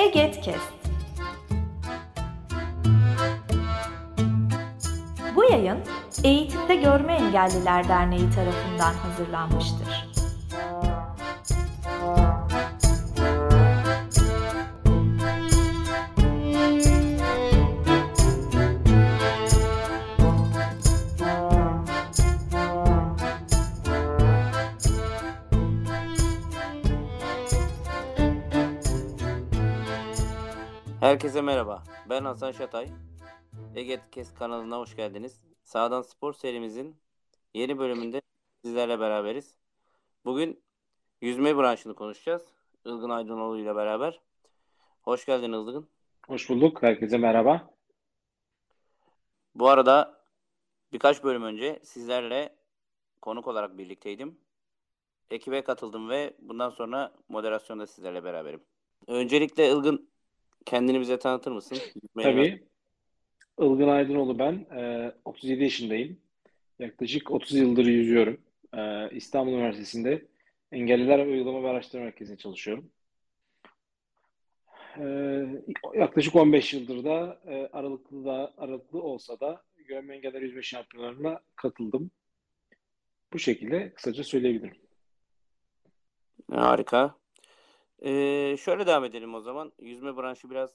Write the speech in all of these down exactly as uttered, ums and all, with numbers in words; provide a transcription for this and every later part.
Egetkest. Bu yayın Eğitimde Görme Engelliler Derneği tarafından hazırlanmıştır. Herkese merhaba, ben Hasan Şatay. Egetkest kanalına hoş geldiniz. Sağdan Spor serimizin yeni bölümünde sizlerle beraberiz. Bugün yüzme branşını konuşacağız. Ilgın Aydınoğlu ile beraber. Hoş geldin Ilgın. Hoş bulduk. Herkese merhaba. Bu arada birkaç bölüm önce sizlerle konuk olarak birlikteydim. Ekibe katıldım ve bundan sonra moderasyonda sizlerle beraberim. Öncelikle Ilgın, kendini bize tanıtır mısın? Yüzmeyi nasıl- Tabii. Ilgın Aydınoğlu ben. Ee, otuz yedi yaşındayım. Yaklaşık otuz yıldır yüzüyorum. Ee, İstanbul Üniversitesi'nde Engelliler Uygulama ve Araştırma Merkezi'nde çalışıyorum. Ee, yaklaşık on beş yıldır da e, aralıklı da aralıklı olsa da Görme Engelliler Yüzme Şampiyonlarına katıldım. Bu şekilde kısaca söyleyebilirim. Harika. Ee, şöyle devam edelim o zaman. Yüzme branşı biraz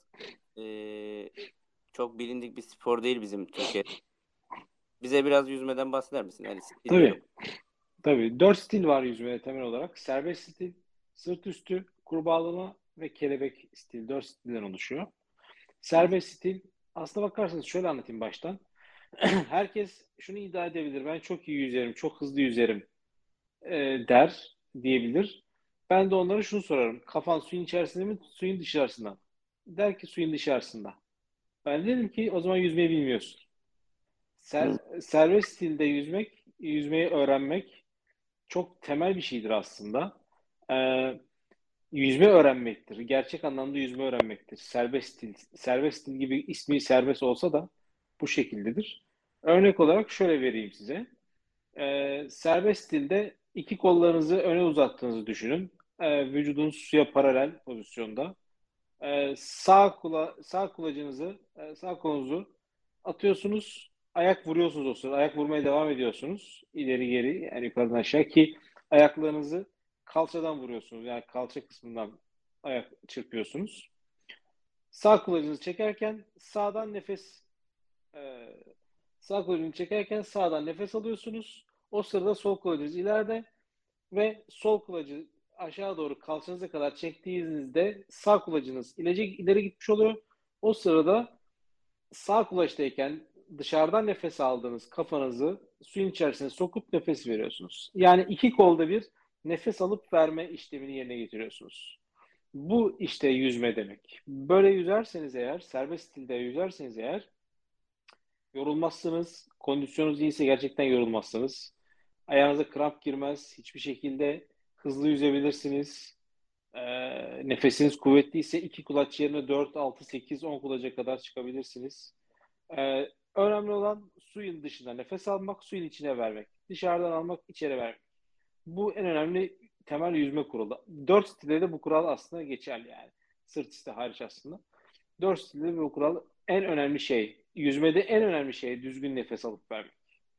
ee, çok bilindik bir spor değil bizim Türkiye'de. Bize biraz yüzmeden bahseder misin? Yani stilleri. Tabii. Tabii. Dört stil var yüzmede temel olarak. Serbest stil, sırt üstü, kurbağalama ve kelebek stil. Dört stilden oluşuyor. Serbest stil, aslına bakarsanız şöyle anlatayım baştan. Herkes şunu iddia edebilir. Ben çok iyi yüzerim, çok hızlı yüzerim e, der, diyebilir. Ben de onlara şunu sorarım. Kafan suyun içerisinde mi, suyun dışarısında mı? Der ki suyun dışarısında. Ben dedim ki o zaman yüzmeyi bilmiyorsun. Ser, Hı. serbest stilde yüzmek, yüzmeyi öğrenmek çok temel bir şeydir aslında. Ee, Yüzme öğrenmektir. Gerçek anlamda yüzme öğrenmektir. Serbest stil, serbest stil gibi ismi serbest olsa da bu şekildedir. Örnek olarak şöyle vereyim size. Ee, serbest stilde iki kollarınızı öne uzattığınızı düşünün. Ee, vücudunuz suya paralel pozisyonda. Ee, sağ kula, sağ kulacınızı, e, sağ kolunuzu atıyorsunuz. Ayak vuruyorsunuz o sırada. Ayak vurmaya devam ediyorsunuz. İleri geri, yani yukarıdan aşağı ki ayaklarınızı kalçadan vuruyorsunuz. Yani kalça kısmından ayak çırpıyorsunuz. Sağ kulacınızı çekerken sağdan nefes e, sağ kulacınızı çekerken sağdan nefes alıyorsunuz. O sırada sol kulacınız ileride ve sol kulacı aşağı doğru kalçanıza kadar çektiğinizde sağ kulacınız ileri, ileri gitmiş oluyor. O sırada sağ kulaçtayken dışarıdan nefes aldığınız kafanızı suyun içerisine sokup nefes veriyorsunuz. Yani iki kolda bir nefes alıp verme işlemini yerine getiriyorsunuz. Bu işte yüzme demek. Böyle yüzerseniz eğer, serbest stilde yüzerseniz eğer yorulmazsınız. Kondisyonunuz iyiyse gerçekten yorulmazsınız. Ayağınıza kramp girmez. Hiçbir şekilde hızlı yüzebilirsiniz. Ee, nefesiniz kuvvetliyse iki kulaç yerine dört, altı, sekiz, on kulaca kadar çıkabilirsiniz. Ee, önemli olan suyun dışına nefes almak, suyun içine vermek. Dışarıdan almak, içeri vermek. Bu en önemli temel yüzme kuralı. Dört stilde de bu kural aslında geçerli yani. Sırt stili hariç aslında. Dört stilde de bu kural en önemli şey. Yüzmede en önemli şey düzgün nefes alıp vermek.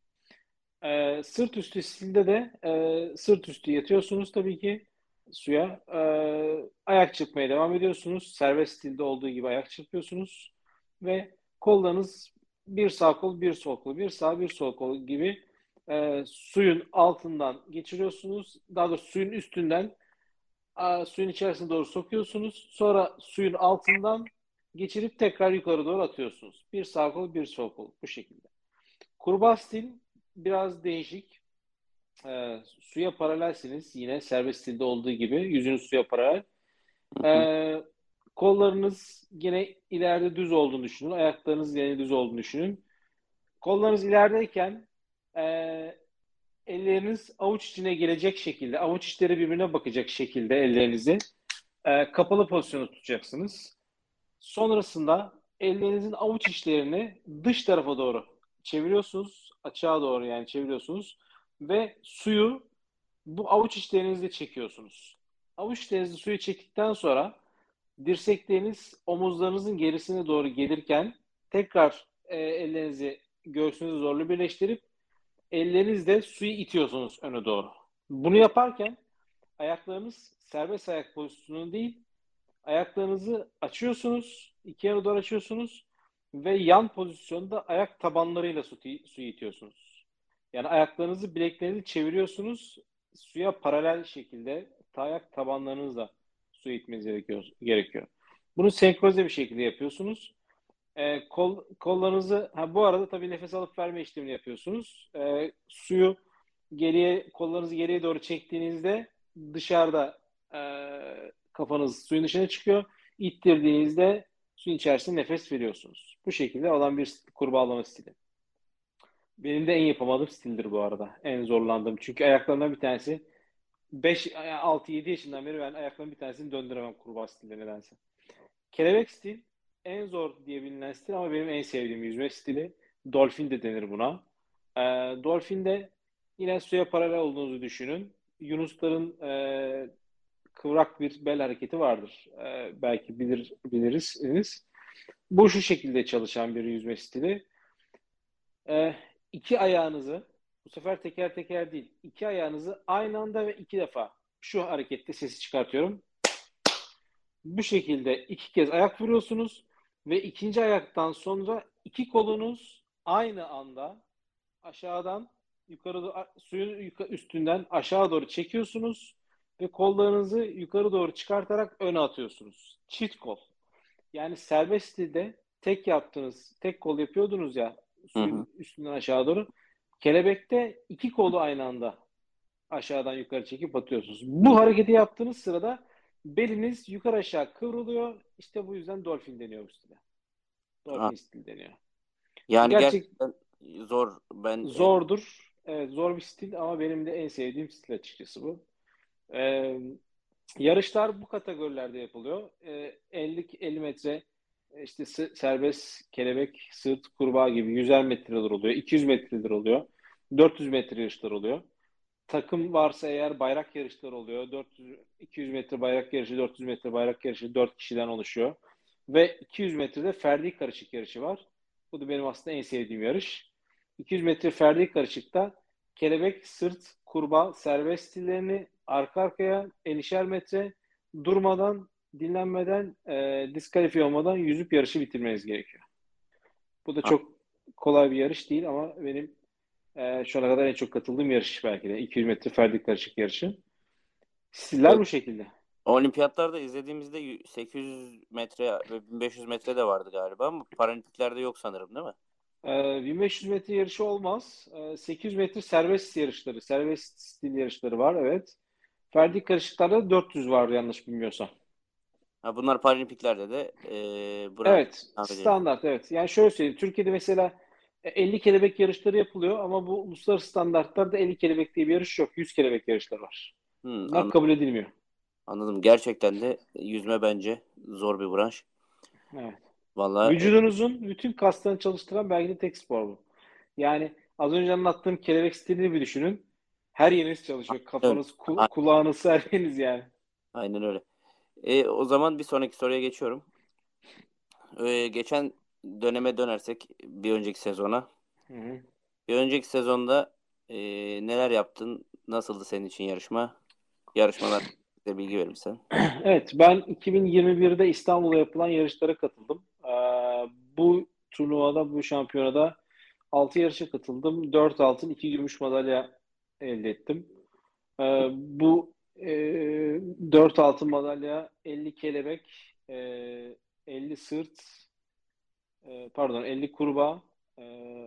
Ee, sırt üstü stilde de e, sırt üstü yatıyorsunuz tabii ki suya. Ee, ayak çırpmaya devam ediyorsunuz. Serbest stilde olduğu gibi ayak çırpıyorsunuz. Ve kollarınız bir sağ kol, bir sol kol, bir sağ, bir sol kol gibi e, suyun altından geçiriyorsunuz. Daha doğrusu suyun üstünden a, suyun içerisine doğru sokuyorsunuz. Sonra suyun altından geçirip tekrar yukarı doğru atıyorsunuz. Bir sağ kol, bir sol kol. Bu şekilde. Kurbağa stil biraz değişik. E, suya paralelsiniz. Yine serbest stilde olduğu gibi. Yüzünüz suya paralel. Hı hı. E, kollarınız yine ileride düz olduğunu düşünün. Ayaklarınız yine düz olduğunu düşünün. Kollarınız ilerideyken e, elleriniz avuç içine gelecek şekilde, avuç içleri birbirine bakacak şekilde ellerinizi e, kapalı pozisyonda tutacaksınız. Sonrasında ellerinizin avuç içlerini dış tarafa doğru çeviriyorsunuz. Açığa doğru yani çeviriyorsunuz. Ve suyu bu avuç içlerinizle çekiyorsunuz. Avuç içlerinizi suyu çektikten sonra Dirsekleriniz omuzlarınızın gerisine doğru gelirken tekrar e, ellerinizi göğsünüzü zorlu birleştirip ellerinizle suyu itiyorsunuz öne doğru. Bunu yaparken ayaklarınız serbest ayak pozisyonu değil, ayaklarınızı açıyorsunuz, iki yana doğru açıyorsunuz ve yan pozisyonda ayak tabanlarıyla su, suyu itiyorsunuz. Yani ayaklarınızı, bileklerinizi çeviriyorsunuz, suya paralel şekilde ayak tabanlarınızla su itmeniz gerekiyor. gerekiyor. Bunu senkronize bir şekilde yapıyorsunuz. E, kol, kollarınızı, ha, bu arada tabii nefes alıp verme işlemini yapıyorsunuz. E, suyu geriye, kollarınızı geriye doğru çektiğinizde dışarıda e, kafanız suyun dışına çıkıyor. İttirdiğinizde suyun içerisinde nefes veriyorsunuz. Bu şekilde olan bir kurbağalama stili. Benim de en yapamadığım stildir bu arada. En zorlandığım. Çünkü ayaklarımdan bir tanesi beş, altı yedi yaşından beri ben ayaklarımın bir tanesini döndüremem kurbağa stilde nedense. Kelebek stil en zor diye bilinen stil ama benim en sevdiğim yüzme stili. Dolphin de denir buna. Ee, Dolphin de yine suya paralel olduğunuzu düşünün. Yunusların e, kıvrak bir bel hareketi vardır. Ee, belki bilir bilirsiniz. Bu şu şekilde çalışan bir yüzme stili. Ee, iki ayağınızı, bu sefer teker teker değil, iki ayağınızı aynı anda ve iki defa şu harekette sesi çıkartıyorum. Bu şekilde iki kez ayak vuruyorsunuz ve ikinci ayaktan sonra iki kolunuz aynı anda aşağıdan yukarı suyun üstünden aşağı doğru çekiyorsunuz ve kollarınızı yukarı doğru çıkartarak öne atıyorsunuz. Çift kol. Yani serbest stilde tek yaptığınız, tek kol yapıyordunuz ya Hı suyun hı. üstünden aşağı doğru. Kelebekte iki kolu aynı anda aşağıdan yukarı çekip atıyorsunuz. Bu hareketi yaptığınız sırada beliniz yukarı aşağı kıvrılıyor. İşte bu yüzden dolphin deniyor bu stile. Ha, Dolphin stil deniyor. yani Gerçek gerçekten zor. Ben e, zordur. Evet, zor bir stil ama benim de en sevdiğim stil açıkçası bu. Ee, Yarışlar bu kategorilerde yapılıyor. Ee, elli elli metre işte serbest kelebek, sırt, kurbağa gibi yüzer metreler oluyor. iki yüz metreler oluyor. dört yüz metre yarışlar oluyor. Takım varsa eğer bayrak yarışları oluyor. dört yüz, iki yüz metre bayrak yarışı, dört yüz metre bayrak yarışı dört kişiden oluşuyor. Ve iki yüz metrede ferdi karışık yarışı var. Bu da benim aslında en sevdiğim yarış. iki yüz metre ferdi karışıkta kelebek, sırt, kurbağa serbest stillerini arka arkaya enişer metre durmadan, dinlenmeden, e, diskalifiye olmadan yüzüp yarışı bitirmeniz gerekiyor. Bu da ha, çok kolay bir yarış değil ama benim ee, şu ana kadar en çok katıldığım yarış belki de. iki yüz metre ferdi karışık yarışı. Stiller evet, bu şekilde. olimpiyatlarda izlediğimizde y- sekiz yüz metre ve bin beş yüz metre de vardı galiba ama paralimpiklerde yok sanırım, değil mi? Ee, bin beş yüz metre yarışı olmaz. Ee, sekiz yüz metre serbest yarışları, serbest stil yarışları var, evet. Ferdi karışıklarda dört yüz var yanlış bilmiyorsam. Ha, bunlar paralimpiklerde de e, buna Evet, devam edelim. standart, evet. Yani şöyle söyleyeyim, Türkiye'de mesela e, elli kelebek yarışları yapılıyor ama bu uluslararası standartlarda elli kelebek diye bir yarış yok. yüz kelebek yarışları var. Hı, Bunlar an- kabul edilmiyor. anladım. Gerçekten de yüzme bence zor bir branş. Evet. Vallahi e, Vücudunuzun bütün kaslarını çalıştıran belki de tek spor bu. Yani az önce anlattığım kelebek stilini bir düşünün. Her yeriniz çalışıyor. öyle. Kafanız, ku- A- kulağınız, her yeriniz yani. Aynen öyle. E, o zaman bir sonraki soruya geçiyorum. E, geçen döneme dönersek bir önceki sezona. Hı hı. Bir önceki sezonda e, neler yaptın? Nasıldı senin için yarışma? Yarışmalar bize bilgi verir misin? Evet, ben iki bin yirmi birde İstanbul'da yapılan yarışlara katıldım. Ee, bu turnuvada, bu şampiyonada altı yarışa katıldım. dört altın, iki gümüş madalya elde ettim. Ee, bu e, dört altın madalya, elli kelebek, e, elli sırt, e, pardon elli kurbağa, e,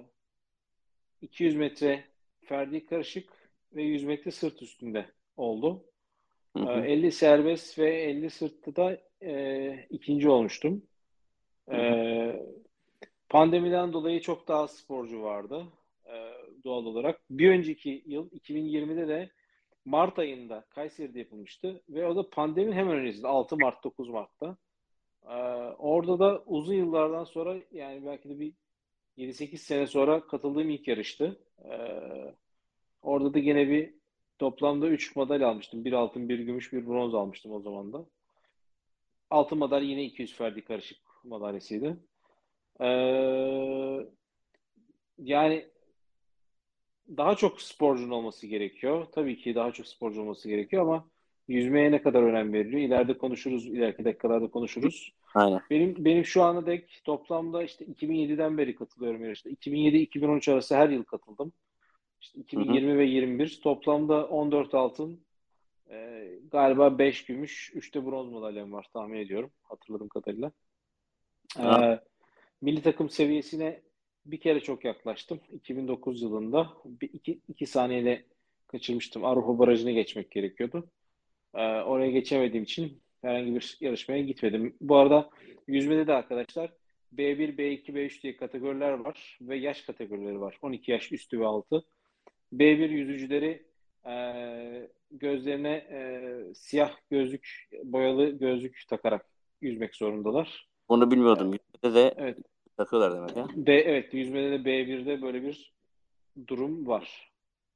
iki yüz metre ferdi karışık ve yüz metre sırt üstünde oldu. Hı E, hı, elli serbest ve elli sırtta da e, ikinci olmuştum. hı hı, E, Pandemiden dolayı çok daha sporcu vardı e, doğal olarak. Bir önceki yıl iki bin yirmide de Mart ayında Kayseri'de yapılmıştı ve o da pandeminin hemen öncesinde altı Mart dokuz Mart'ta. Ee, Orada da uzun yıllardan sonra yani belki de bir yedi sekiz sene sonra katıldığım ilk yarıştı. Ee, orada da gene bir toplamda üç madalya almıştım. Bir altın, bir gümüş, bir bronz almıştım o zaman da. altın madalya yine iki yüz ferdi karışık madalyasıydı. Ee, Yani daha çok sporcunun olması gerekiyor. Tabii ki daha çok sporcu olması gerekiyor ama yüzmeye ne kadar önem veriliyor? İleride konuşuruz, ileriki dakikalarda konuşuruz. Aynen. Benim benim şu ana dek toplamda işte iki bin yediden beri katılıyorum yarışta. iki bin yedi iki bin on üç arası her yıl katıldım. İşte Hı hı. iki bin yirmi ve yirmi bir toplamda on dört altın, e, galiba beş gümüş, üç de bronz madalyam var tahmin ediyorum hatırladığım kadarıyla. Aa, E, Milli takım seviyesine bir kere çok yaklaştım. iki bin dokuz yılında bir iki, iki saniyede kaçırmıştım. Avrupa barajını geçmek gerekiyordu. Ee, oraya geçemediğim için herhangi bir yarışmaya gitmedim. Bu arada yüzmede de arkadaşlar B bir, B iki, B üç diye kategoriler var ve yaş kategorileri var. on iki yaş üstü ve altı. B bir yüzücüleri e, gözlerine e, siyah gözlük, boyalı gözlük takarak yüzmek zorundalar. Bunu E, bilmiyordum. Yüzmede de evet, takıyorlar demek ya. B, evet yüzmede de B birde böyle bir durum var.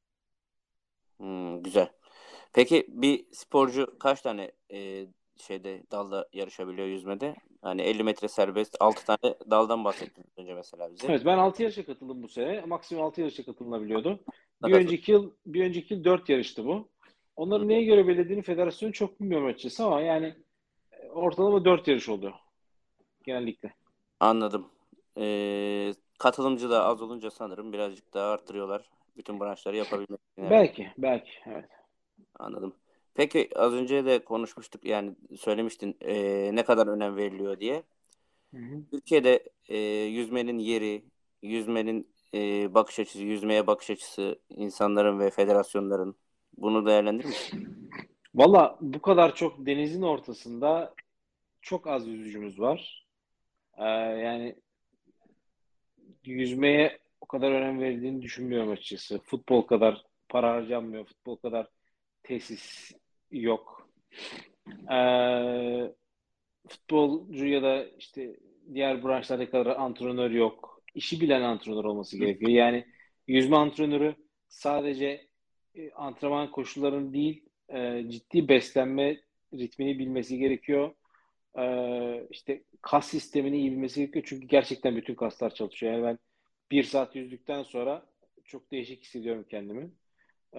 Hmm, güzel. Peki bir sporcu kaç tane e, şeyde dalda yarışabiliyor yüzmede? Hani elli metre serbest, altı tane daldan bahsettin az önce mesela bize. Evet, ben altı yarışa katıldım bu sene. Maksimum altı yarışa katılınabiliyordu. Ne Bir kadar? önceki yıl bir önceki yıl dört yarıştı bu. Hı, Onların neye göre belirlediğini federasyonu çok bilmiyorum açıkçası ama yani ortalama dört yarış oluyor genellikle. anladım. E, katılımcı da az olunca sanırım birazcık daha arttırıyorlar. Bütün branşları yapabilmek için herhalde. Belki, belki. Evet. Anladım. Peki az önce de konuşmuştuk yani söylemiştin e, ne kadar önem veriliyor diye. Hı hı. Türkiye'de e, yüzmenin yeri, yüzmenin e, bakış açısı, yüzmeye bakış açısı, insanların ve federasyonların bunu değerlendirir misin? Valla bu kadar çok denizin ortasında çok az yüzücümüz var. Ee, yani yüzmeye o kadar önem verildiğini düşünmüyorum açıkçası. Futbol kadar para harcanmıyor, futbol kadar tesis yok. Ee, Futbolcu ya da işte diğer branşlarda kadar antrenör yok. İşi bilen antrenör olması Hı gerekiyor. Yani yüzme antrenörü sadece e, antrenman koşullarını değil, e, ciddi beslenme ritmini bilmesi gerekiyor. E, işte kas sistemini iyi bilmesi gerekiyor. Çünkü gerçekten bütün kaslar çalışıyor. Yani ben bir saat yüzdükten sonra çok değişik hissediyorum kendimi. E,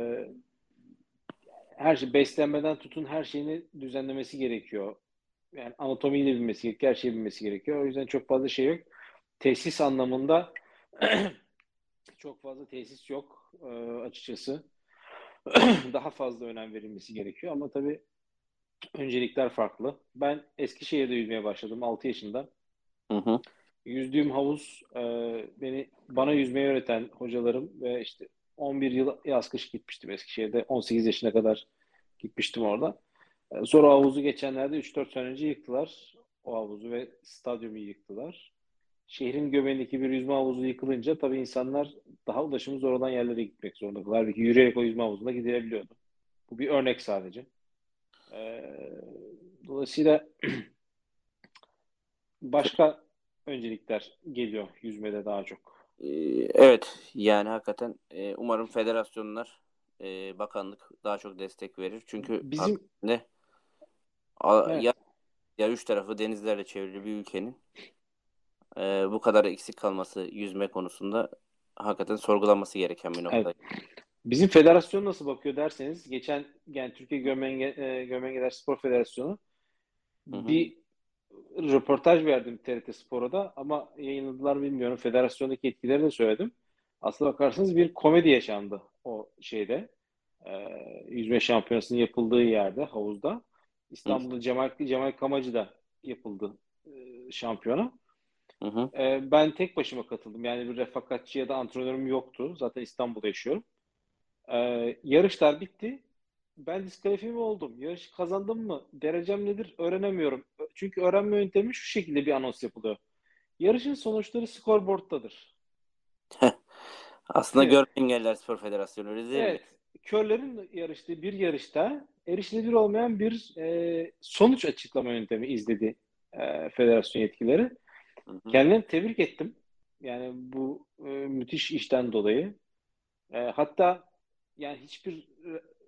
Her şey beslenmeden tutun her şeyini düzenlemesi gerekiyor. Yani anatomiyi de bilmesi gerekiyor, her şeyi bilmesi gerekiyor. O yüzden çok fazla şey yok. Tesis anlamında çok fazla tesis yok e, açıkçası. Daha fazla önem verilmesi gerekiyor ama tabii öncelikler farklı. Ben Eskişehir'de yüzmeye başladım altı yaşında. hı. Hı. Yüzdüğüm havuz, e, beni bana yüzmeyi öğreten hocalarım ve işte on bir yıl yaz kış gitmiştim Eskişehir'de. on sekiz yaşına kadar gitmiştim orada. E, Sonra havuzu geçenlerde üç dört sene önce yıktılar. O havuzu ve stadyumu yıktılar. Şehrin göbeğindeki bir yüzme havuzu yıkılınca tabii insanlar daha ulaşımı zor olan yerlere gitmek zorunda kaldı. Halbuki yürüyerek o yüzme havuzuna gidilebiliyordu. Bu bir örnek sadece. E, Dolayısıyla başka öncelikler geliyor yüzmede daha çok. E, evet yani hakikaten e, umarım federasyonlar, e, bakanlık daha çok destek verir. Çünkü Bizim hakikaten de a- ya, evet, ya üç tarafı denizlerle çevrili bir ülkenin e, bu kadar eksik kalması yüzme konusunda hakikaten sorgulanması gereken bir evet. nokta. Bizim federasyon nasıl bakıyor derseniz geçen yani Türkiye Gömenge, e, Gömengeler Spor Federasyonu Hı hı. bir röportaj verdim T R T Spor'a da ama yayınladılar bilmiyorum. Federasyondaki etkileri de söyledim. Aslına bakarsanız bir komedi yaşandı o şeyde. Ee, yüzme şampiyonasının yapıldığı yerde, havuzda. Hı İstanbul'da Cemal, Cemal Kamacı'da yapıldı e, şampiyona. hı. Hı. Ee, ben tek başıma katıldım. Yani bir refakatçi ya da antrenörüm yoktu. Zaten İstanbul'da yaşıyorum. Ee, yarışlar bitti. Ben diskalifiye mi oldum? Yarış kazandım mı? Derecem nedir? Öğrenemiyorum. Çünkü öğrenme yöntemi şu şekilde bir anons yapılıyor. Yarışın sonuçları skorboardtadır. Aslında Görme Engelliler Spor Federasyonu öyle değil mi? Evet, körlerin yarıştığı bir yarışta erişilebilir olmayan bir e, sonuç açıklama yöntemi izledi e, federasyon yetkileri. Hı hı. Kendilerini tebrik ettim. Yani bu e, müthiş işten dolayı. E, hatta yani hiçbir e,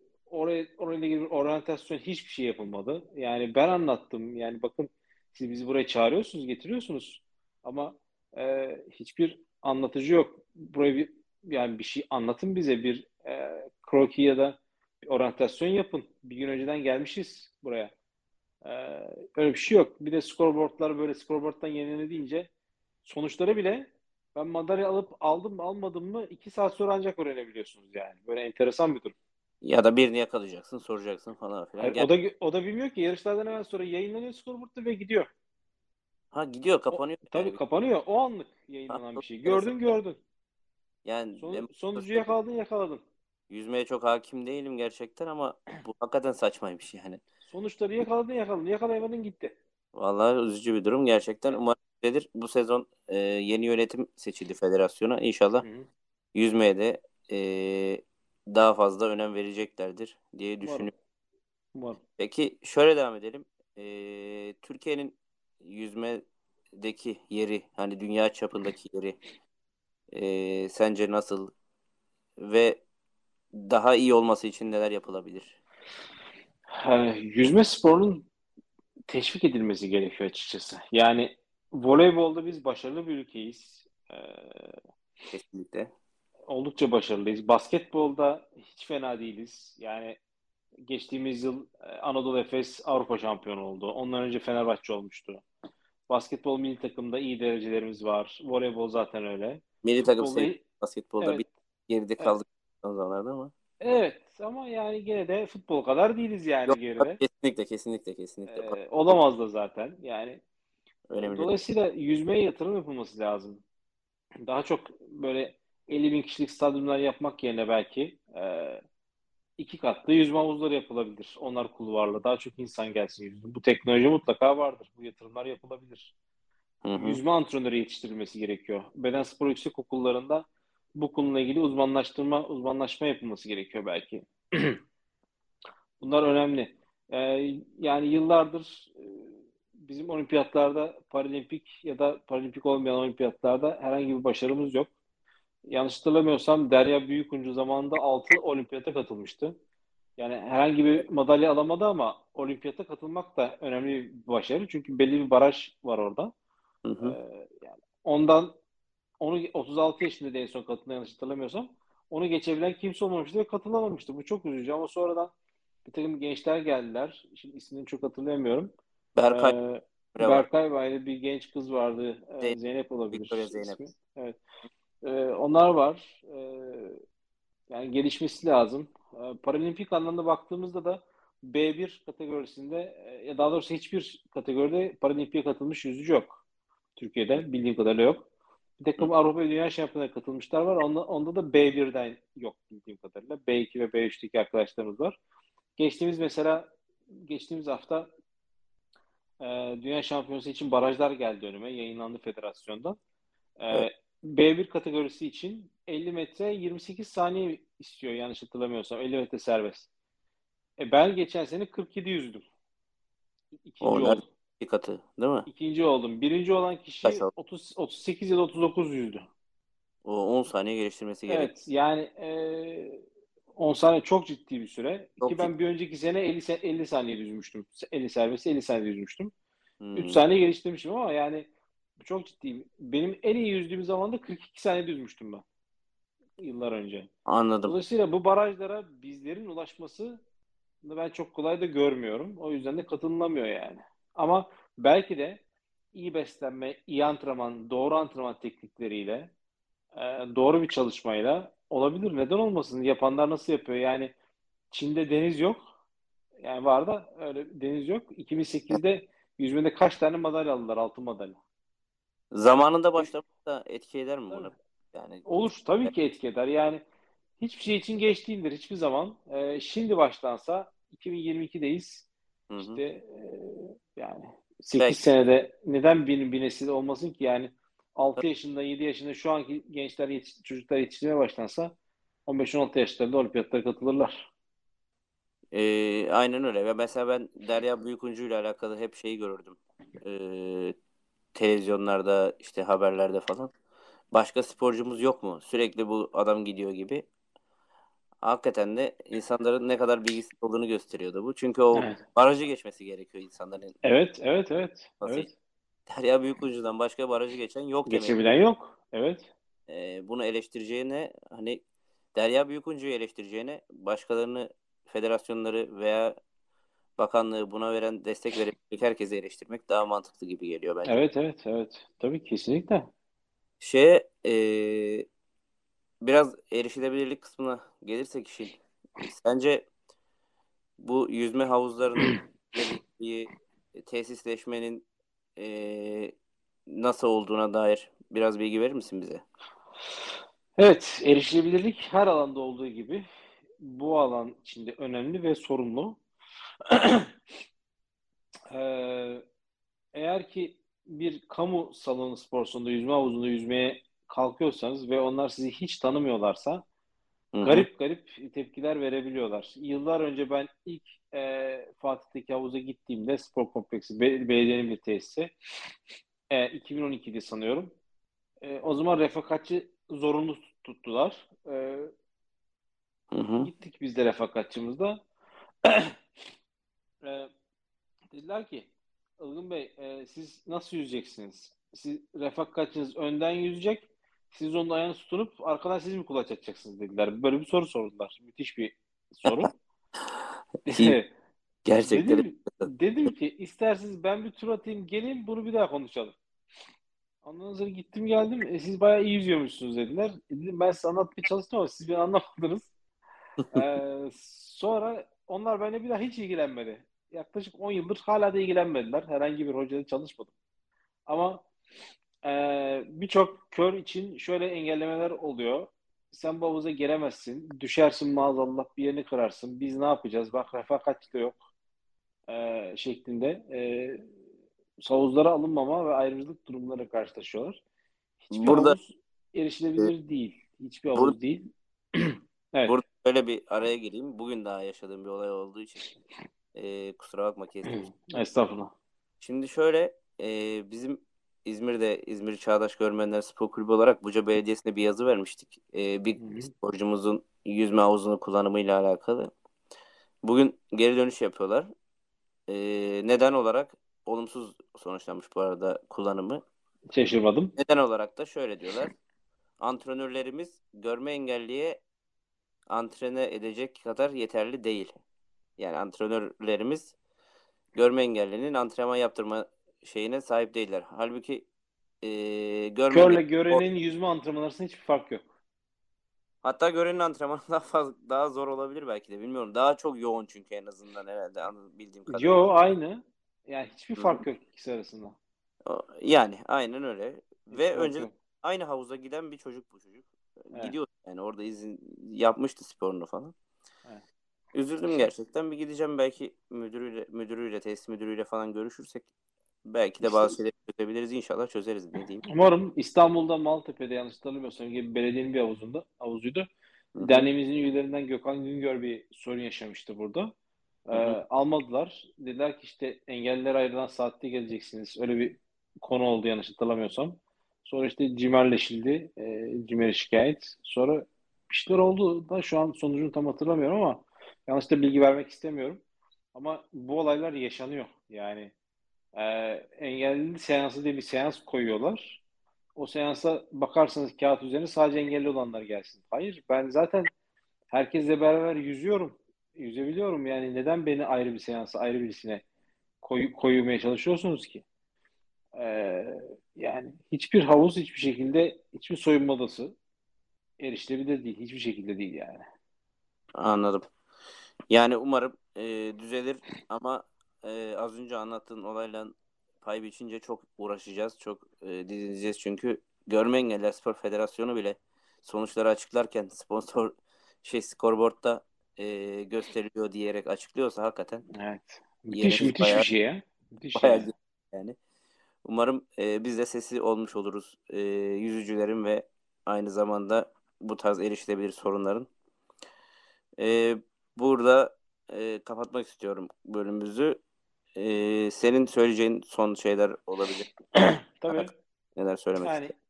oraya orayla ilgili bir oryantasyon hiçbir şey yapılmadı. Yani ben anlattım. Yani bakın siz bizi buraya çağırıyorsunuz, getiriyorsunuz. Ama e, hiçbir anlatıcı yok. Buraya bir yani bir şey anlatın bize bir e, kroki ya da bir oryantasyon yapın. Bir gün önceden gelmişiz buraya. E, Öyle bir şey yok. Bir de scoreboardlar böyle scoreboard'dan yenildi deyince sonuçları bile ben madalya alıp aldım mı almadım mı iki saat sonra ancak öğrenebiliyorsunuz yani. Böyle enteresan bir durum. Ya da birini yakalayacaksın, soracaksın falan filan. Hayır, Gel. o da o da bilmiyor ki yarışlardan hemen sonra yayınlanıyor scoreboard'da ve gidiyor. Ha, gidiyor, O, kapanıyor tabii yani. kapanıyor. O anlık Ha, yayınlanan bir çok şey. enteresan. Gördün gördün. Yani Son, en başta sonuncuyu söyledim. yakaladın yakaladın. Yüzmeye çok hakim değilim gerçekten ama bu hakikaten saçmaymış yani. Sonuçları yakaladın yakaladın. Yakalayamadın gitti. Vallahi üzücü bir durum gerçekten. Evet. Umarım öyledir. Bu sezon e, yeni yönetim seçildi federasyona. İnşallah Hı hı. yüzmeye de e, daha fazla önem vereceklerdir diye Umarım. düşünüyorum. Umarım. Peki şöyle devam edelim. E, Türkiye'nin yüzmedeki yeri, hani dünya çapındaki yeri e, sence nasıl ve daha iyi olması için neler yapılabilir? Ee, yüzme sporunun teşvik edilmesi gerekiyor açıkçası. Yani voleybolda biz başarılı bir ülkeyiz. Ee, Kesinlikle. Oldukça başarılıyız. Basketbolda hiç fena değiliz. Yani geçtiğimiz yıl e, Anadolu Efes Avrupa şampiyonu oldu. Ondan önce Fenerbahçe olmuştu. Basketbol milli takımda iyi derecelerimiz var. Voleybol zaten öyle. Milli takım Futbolda seviyesi basketbolda bir evet, geride evet, kaldık son zamanlarda ama. evet ama yani gene de futbol kadar değiliz Yok, yani geride. kesinlikle kesinlikle kesinlikle. Ee, olamaz da zaten. Yani e, Önemli. dolayısıyla yüzmeye yatırım yapılması lazım. Daha çok böyle elli bin kişilik stadyumlar yapmak yerine belki e, iki katlı yüzme havuzları yapılabilir. Onlar kulvarlı. Daha çok insan gelsin yüzme. Bu teknoloji mutlaka vardır. Bu yatırımlar yapılabilir. Hı hı. Yüzme antrenörü yetiştirilmesi gerekiyor. Beden spor yüksek okullarında bu konuyla ilgili uzmanlaştırma, uzmanlaşma yapılması gerekiyor belki. Bunlar önemli. Ee, Yani yıllardır e, bizim olimpiyatlarda paralimpik ya da paralimpik olmayan olimpiyatlarda herhangi bir başarımız yok. Yanlış hatırlamıyorsam Derya Büyükuncu zamanında altı olimpiyata katılmıştı. Yani herhangi bir madalya alamadı ama olimpiyata katılmak da önemli bir başarı. Çünkü belli bir baraj var orada. Hı Ee, hı. Yani ondan onu otuz altı yaşında en son katılan yanlış hatırlamıyorsam onu geçebilen kimse olmamıştı ve katılamamıştı. Bu çok üzücü ama sonradan bir takım gençler geldiler. Şimdi ismini çok hatırlayamıyorum. Berkay Ee, Bire var. Berkay Baylı bir genç kız vardı. Ee, Zeynep, Zeynep Victoria olabilir Zeynep. ismi. Evet. Ee, onlar var. Ee, Yani gelişmesi lazım. Ee, Paralimpik anlamda baktığımızda da B bir kategorisinde e, ya daha doğrusu hiçbir kategoride Paralimpiye katılmış yüzücü yok. Türkiye'de bildiğim kadarıyla yok. Bir Hı. takım Avrupa ve Dünya Şampiyonası'na katılmışlar var. Onda, onda da B birden yok bildiğim kadarıyla. B iki ve B üçteki arkadaşlarımız var. Geçtiğimiz mesela geçtiğimiz hafta e, Dünya Şampiyonası için barajlar geldi önüme. Yayınlandı federasyonda. Evet. Ee, B bir kategorisi için elli metre yirmi sekiz saniye istiyor yanlış hatırlamıyorsam. elli metre serbest. E ben geçen sene kırk yedi yüzdüm. O İkinci nerede? oldum. Bir katı değil mi? İkinci oldum. Birinci olan Kaç kişi aldı? otuz, otuz sekiz ya da otuz dokuz yüzdü. O on saniye geliştirmesi gerek. Evet yani e, on saniye çok ciddi bir süre. Ki Çok ciddi. ben bir önceki sene elli, se- elli saniye yüzmüştüm. elli serbest elli saniye yüzmüştüm. üç Hmm, saniye geliştirmişim ama yani çok ciddi. Benim en iyi yüzdüğüm zaman da kırk iki saniye yüzmüştüm ben yıllar önce. anladım. Dolayısıyla bu barajlara bizlerin ulaşması ben çok kolay da görmüyorum. O yüzden de katılılamıyor yani. Ama belki de iyi beslenme, iyi antrenman, doğru antrenman teknikleriyle, e, doğru bir çalışmayla olabilir. Neden olmasın? Yapanlar nasıl yapıyor? Yani Çin'de deniz yok. Yani var da öyle deniz yok. iki bin sekizde yüzmede kaç tane madalya aldılar? Altın madalya. Zamanında Tek, başlamak da etki eder mi buna? tabii. Yani Olur. Tabii ki etki eder. Yani hiçbir şey için geç değildir hiçbir zaman. Ee, şimdi başlansa iki bin yirmi ikideyiz. hı hı. İşte e, yani sekiz Belki senede neden bir, bir nesil olmasın ki yani altı yaşında yedi yaşında şu anki gençler yetiş, çocuklar yetiştirmeye başlansa on beş on altı yaşlarında olimpiyatlara katılırlar. Ee, aynen öyle. Ve mesela ben Derya Büyükuncu ile alakalı hep şeyi görürdüm. Ee, televizyonlarda, işte haberlerde falan. Başka sporcumuz yok mu? Sürekli bu adam gidiyor gibi. hakikaten de insanların ne kadar bilgisiz olduğunu gösteriyordu bu. Çünkü o Evet. barajı geçmesi gerekiyor insanların. Evet, evet, evet. Nasıl? Evet. Derya Büyükuncu'dan başka barajı geçen yok demek Geçebilen ki. yok. Evet. Ee, bunu eleştireceğine hani Derya Büyükuncu'yu eleştireceğine başkalarını, federasyonları veya bakanlığı buna veren, destek verebilecek herkesi eleştirmek daha mantıklı gibi geliyor bence. Evet, evet, evet. Tabii kesinlikle. Şeye ee, biraz erişilebilirlik kısmına gelirsek işin. Sence bu yüzme havuzlarının erişilebilirliği, tesisleşmenin ee, nasıl olduğuna dair biraz bilgi verir misin bize? Evet, erişilebilirlik her alanda olduğu gibi bu alan içinde önemli ve sorumlu. Ee, Eğer ki bir kamu salonu spor salonunda yüzme havuzunda yüzmeye kalkıyorsanız ve onlar sizi hiç tanımıyorlarsa Hı hı. garip garip tepkiler verebiliyorlar. Yıllar önce ben ilk e, Fatih'teki havuza gittiğimde spor kompleksi, be- belediyenin bir tesisi, e, iki bin on ikide sanıyorum. E, o zaman refakatçi zorunlu tuttular. E, Hı hı. Gittik biz de refakatçımızda. E, Dediler ki Ilgın Bey, e, siz nasıl yüzeceksiniz? Siz refakatçiniz önden yüzecek. Siz onun ayağını tutunup arkadan siz mi kulaç atacaksınız dediler. Böyle bir soru sordular. Müthiş bir soru. İyi. Gerçekten. Dedim dedim ki isterseniz ben bir tur atayım gelin bunu bir daha konuşalım. Ondan sonra gittim geldim. E, siz bayağı iyi yüzüyormuşsunuz dediler. E, dedim ben size anlatmaya çalıştım ama siz beni anlamadınız. Ee, Sonra onlar benimle bir daha hiç ilgilenmedi. Yaklaşık on yıldır hala da ilgilenmediler. Herhangi bir hocada çalışmadım. Ama e, birçok kör için şöyle engellemeler oluyor. Sen bu havuza giremezsin. Düşersin maazallah bir yerini kırarsın. Biz ne yapacağız? Bak refakatçi de yok. E, şeklinde e, havuzlara alınmama ve ayrımcılık durumları karşılaşıyorlar. Hiçbir Burada havuz e, erişilebilir değil. Hiçbir burada havuz değil. Evet. burada böyle bir araya gireyim. Bugün daha yaşadığım bir olay olduğu için e, kusura bakma kestim. Estağfurullah. Şimdi şöyle e, bizim İzmir'de İzmir Çağdaş Görmenler Spor Kulübü olarak Buca Belediyesi'ne bir yazı vermiştik. E, bir Hı hı. sporcumuzun yüzme havuzunu kullanımıyla alakalı. Bugün geri dönüş yapıyorlar. E, neden olarak olumsuz sonuçlanmış bu arada kullanımı. Şaşırmadım. Neden olarak da şöyle diyorlar. Antrenörlerimiz görme engelliye antrene edecek kadar yeterli değil. Yani antrenörlerimiz görme engellinin antrenman yaptırma şeyine sahip değiller. Halbuki e, görme engelli Körle görenin yüzme antrenmanı arasında hiçbir fark yok. hatta görenin antrenmanı daha fazla daha zor olabilir belki de bilmiyorum. Daha çok yoğun çünkü en azından herhalde anladığım bildiğim kadarıyla. Yo aynı. Yani hiçbir Hı hı. fark yok ikisi arasında. O- Yani aynen öyle. Ve Hiçbir fark önceden yok. aynı havuza giden bir çocuk bu çocuk. Evet. Gidiyor yani orada izin yapmıştı sporunu falan. Evet. Üzüldüm gerçekten. Bir gideceğim belki müdürüyle, müdürüyle, tesis müdürüyle falan görüşürsek belki de İşte, bazı şeyleri çözebiliriz. İnşallah çözeriz ne diyeyim. umarım İstanbul'da Maltepe'de yanlış hatırlamıyorsam gibi belediyenin bir havuzunda havuzuydu. Hı hı, Derneğimizin üyelerinden Gökhan Güngör bir sorun yaşamıştı burada. Ee, hı hı. Almadılar. Dediler ki işte engelliler ayrılan saatte geleceksiniz. Öyle bir konu oldu yanlış hatırlamıyorsam. Sonra işte cimerleşildi. E, CİMER'e şikayet. Sonra bir şeyler oldu da şu an sonucunu tam hatırlamıyorum ama yanlış da bilgi vermek istemiyorum. Ama bu olaylar yaşanıyor. Yani e, engelli seansı diye bir seans koyuyorlar. O seansa bakarsanız kağıt üzerine sadece engelli olanlar gelsin. Hayır, ben zaten herkesle beraber yüzüyorum. Yüzebiliyorum. Yani neden beni ayrı bir seansa, ayrı birisine koy, koymaya çalışıyorsunuz ki? Ee, Yani hiçbir havuz hiçbir şekilde, hiçbir soyunma odası erişilebilir değil. Hiçbir şekilde değil yani. Anladım. Yani umarım e, düzelir ama e, az önce anlattığın olayla pay biçince çok uğraşacağız. Çok e, didineceğiz çünkü Görme Engelliler Spor Federasyonu bile sonuçları açıklarken sponsor şey skorboardta e, gösteriliyor diyerek açıklıyorsa hakikaten Evet. Müthiş, yerimiz müthiş bir bayağı şey ya. Müthiş bayağı yani. geniş yani. Umarım e, biz de sesi olmuş oluruz e, yüzücülerin ve aynı zamanda bu tarz erişilebilir sorunların. E, burada e, kapatmak istiyorum bölümümüzü. E, senin söyleyeceğin son şeyler olabilir. Tabii. Neler söylemek Yani ister?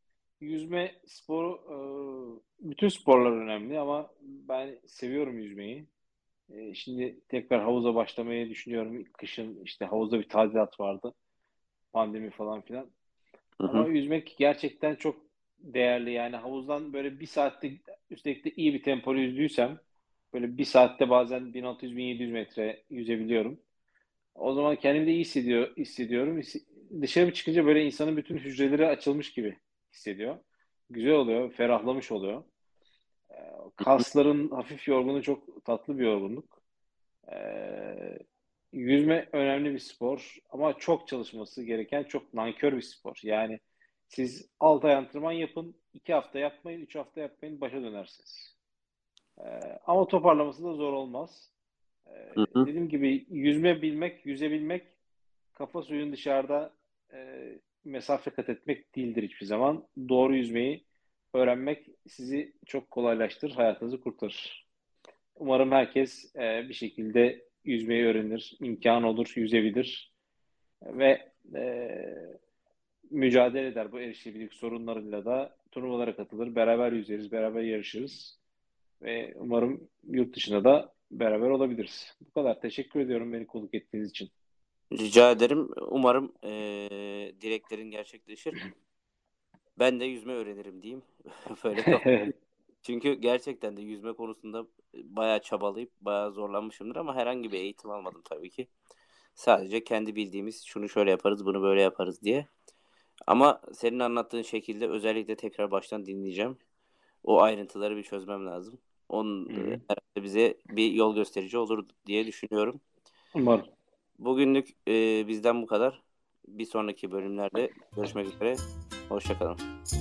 yüzme sporu, e, bütün sporlar önemli ama ben seviyorum yüzmeyi. E, şimdi tekrar havuza başlamayı düşünüyorum. Kışın işte havuzda bir tadilat vardı. Pandemi falan filan. Hı Ama hı. yüzmek gerçekten çok değerli. Yani havuzdan böyle bir saatte üstelik de iyi bir tempolu yüzdüysem böyle bir saatte bazen bin altı yüz bin yedi yüz metre yüzebiliyorum. O zaman kendimi de iyi hissediyor, hissediyorum. His- Dışarı bir çıkınca böyle insanın bütün hücreleri açılmış gibi hissediyor. Güzel oluyor, ferahlamış oluyor. Ee, Kasların hafif yorgunluğu çok tatlı bir yorgunluk. Ee, Yüzme önemli bir spor ama çok çalışması gereken çok nankör bir spor. Yani siz altı ay antrenman yapın, iki hafta yapmayın, üç hafta yapmayın, başa dönersiniz. Ee, ama toparlaması da zor olmaz. Ee, Hı hı. dediğim gibi yüzme bilmek, yüzebilmek kafa suyun dışarıda e, mesafe kat etmek değildir hiçbir zaman. Doğru yüzmeyi öğrenmek sizi çok kolaylaştırır, hayatınızı kurtarır. Umarım herkes e, bir şekilde yüzmeyi öğrenir, imkan olur, yüzebilir ve e, mücadele eder bu erişilebilirlik sorunlarıyla da turnuvalara katılır, beraber yüzeriz, beraber yarışırız ve umarım yurt dışına da beraber olabiliriz. Bu kadar. Teşekkür ediyorum beni konuk ettiğiniz için. Rica ederim. Umarım eee, dileklerin gerçekleşir. Ben de yüzme öğrenirim diyeyim. Böyle kaf- Evet. Çünkü gerçekten de yüzme konusunda bayağı çabalayıp bayağı zorlanmışımdır ama herhangi bir eğitim almadım tabii ki. Sadece kendi bildiğimiz şunu şöyle yaparız, bunu böyle yaparız diye. Ama senin anlattığın şekilde özellikle tekrar baştan dinleyeceğim. O ayrıntıları bir çözmem lazım. Onun Hı e, hı. herhalde bize bir yol gösterici olur diye düşünüyorum. Umarım. Bugünlük e, bizden bu kadar. Bir sonraki bölümlerde görüşmek üzere. Hoşça kalın.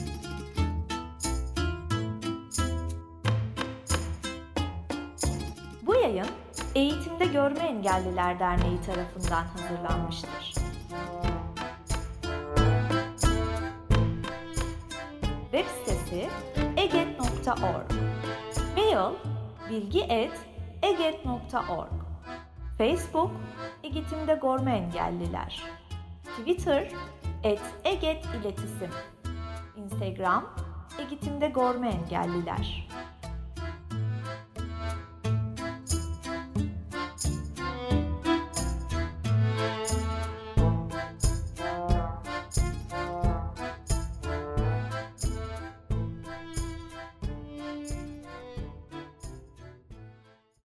Bu yayın Eğitimde Görme Engelliler Derneği tarafından hazırlanmıştır. Web sitesi eget nokta org. Mail bilgi et eget nokta org. Facebook Eğitimde Görme Engelliler. Twitter et eget iletisim. Instagram Eğitimde Görme Engelliler.